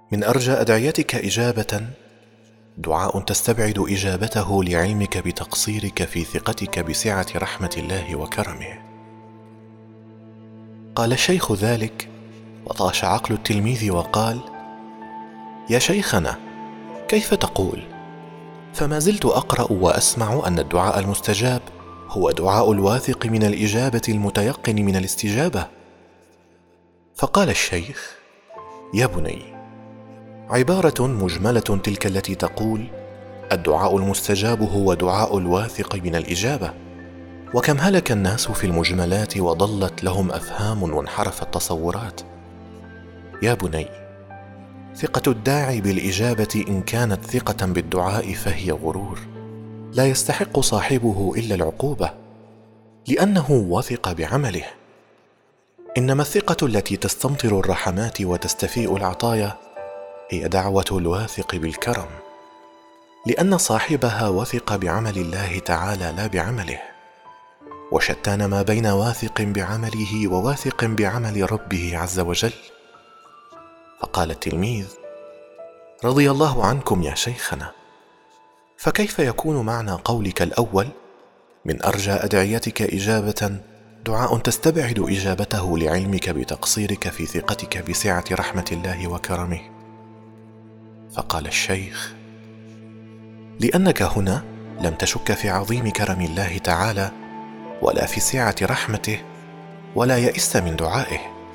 من أرجى أدعيتك إجابة دعاء تستبعد إجابته لعلمك بتقصيرك في ثقتك بسعة رحمة الله وكرمه. قال الشيخ ذلك وطاش عقل التلميذ وقال: يا شيخنا، كيف تقول؟ فما زلت أقرأ وأسمع أن الدعاء المستجاب هو دعاء الواثق من الإجابة المتيقن من الاستجابة. فقال الشيخ: يا بني، عبارة مجملة تلك التي تقول الدعاء المستجاب هو دعاء الواثق من الإجابة، وكم هلك الناس في المجملات وضلت لهم أفهام وانحرفت تصورات. يا بني، ثقة الداعي بالإجابة إن كانت ثقة بالدعاء فهي غرور، لا يستحق صاحبه إلا العقوبة، لأنه وثق بعمله. إنما الثقة التي تستمطر الرحمات وتستفيء العطايا هي دعوة الواثق بالكرم، لأن صاحبها وثق بعمل الله تعالى لا بعمله، وشتان ما بين واثق بعمله وواثق بعمل ربه عز وجل. فقال التلميذ: رضي الله عنكم يا شيخنا، فكيف يكون معنى قولك الأول من أرجى أدعيتك إجابة دعاء تستبعد إجابته لعلمك بتقصيرك في ثقتك بسعة رحمة الله وكرمه؟ فقال الشيخ: لأنك هنا لم تشك في عظيم كرم الله تعالى ولا في سعة رحمته، ولا يئست من دعائه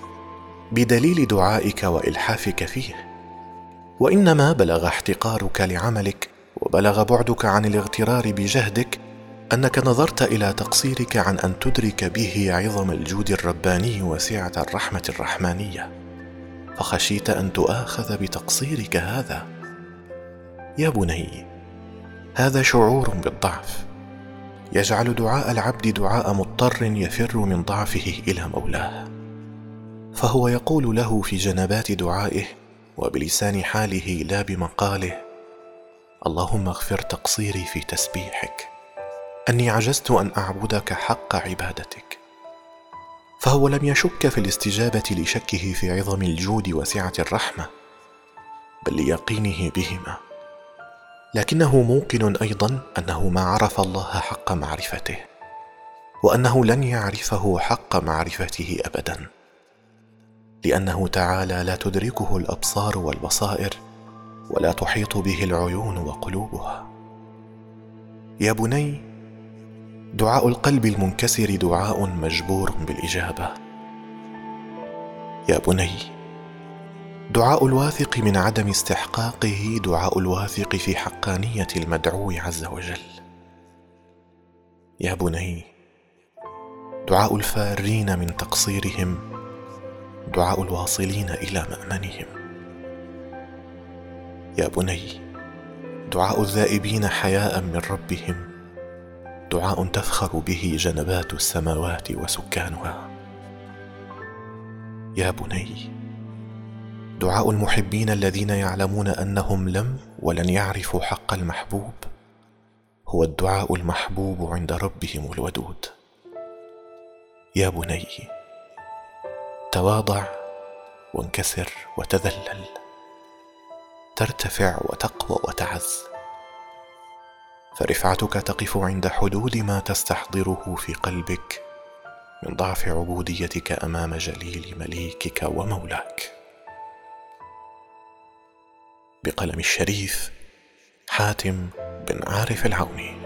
بدليل دعائك وإلحافك فيه، وإنما بلغ احتقارك لعملك وبلغ بعدك عن الاغترار بجهدك أنك نظرت إلى تقصيرك عن أن تدرك به عظم الجود الرباني وسعة الرحمة الرحمانية، فخشيت أن تؤاخذ بتقصيرك هذا. يا بني، هذا شعور بالضعف يجعل دعاء العبد دعاء مضطر يفر من ضعفه إلى مولاه، فهو يقول له في جنبات دعائه وبلسان حاله لا بمقاله: اللهم اغفر تقصيري في تسبيحك، أني عجزت أن أعبدك حق عبادتك. فهو لم يشك في الاستجابة لشكه في عظم الجود وسعة الرحمة، بل ليقينه بهما، لكنه موقن أيضا أنه ما عرف الله حق معرفته، وأنه لن يعرفه حق معرفته أبدا، لأنه تعالى لا تدركه الأبصار والبصائر، ولا تحيط به العيون وقلوبها. يا بني، دعاء القلب المنكسر دعاء مجبور بالإجابة. يا بني، دعاء الواثق من عدم استحقاقه دعاء الواثق في حقانية المدعو عز وجل. يا بني، دعاء الفارين من تقصيرهم دعاء الواصلين إلى مأمنهم. يا بني، دعاء الذائبين حياء من ربهم دعاء تفخر به جنبات السماوات وسكانها. يا بني، دعاء المحبين الذين يعلمون أنهم لم ولن يعرفوا حق المحبوب هو الدعاء المحبوب عند ربهم الودود. يا بني، تواضع وانكسر وتذلل، ترتفع وتقوى وتعز، فرفعتك تقف عند حدود ما تستحضره في قلبك من ضعف عبوديتك أمام جليل مليكك ومولاك. بقلم الشريف حاتم بن عارف العوني.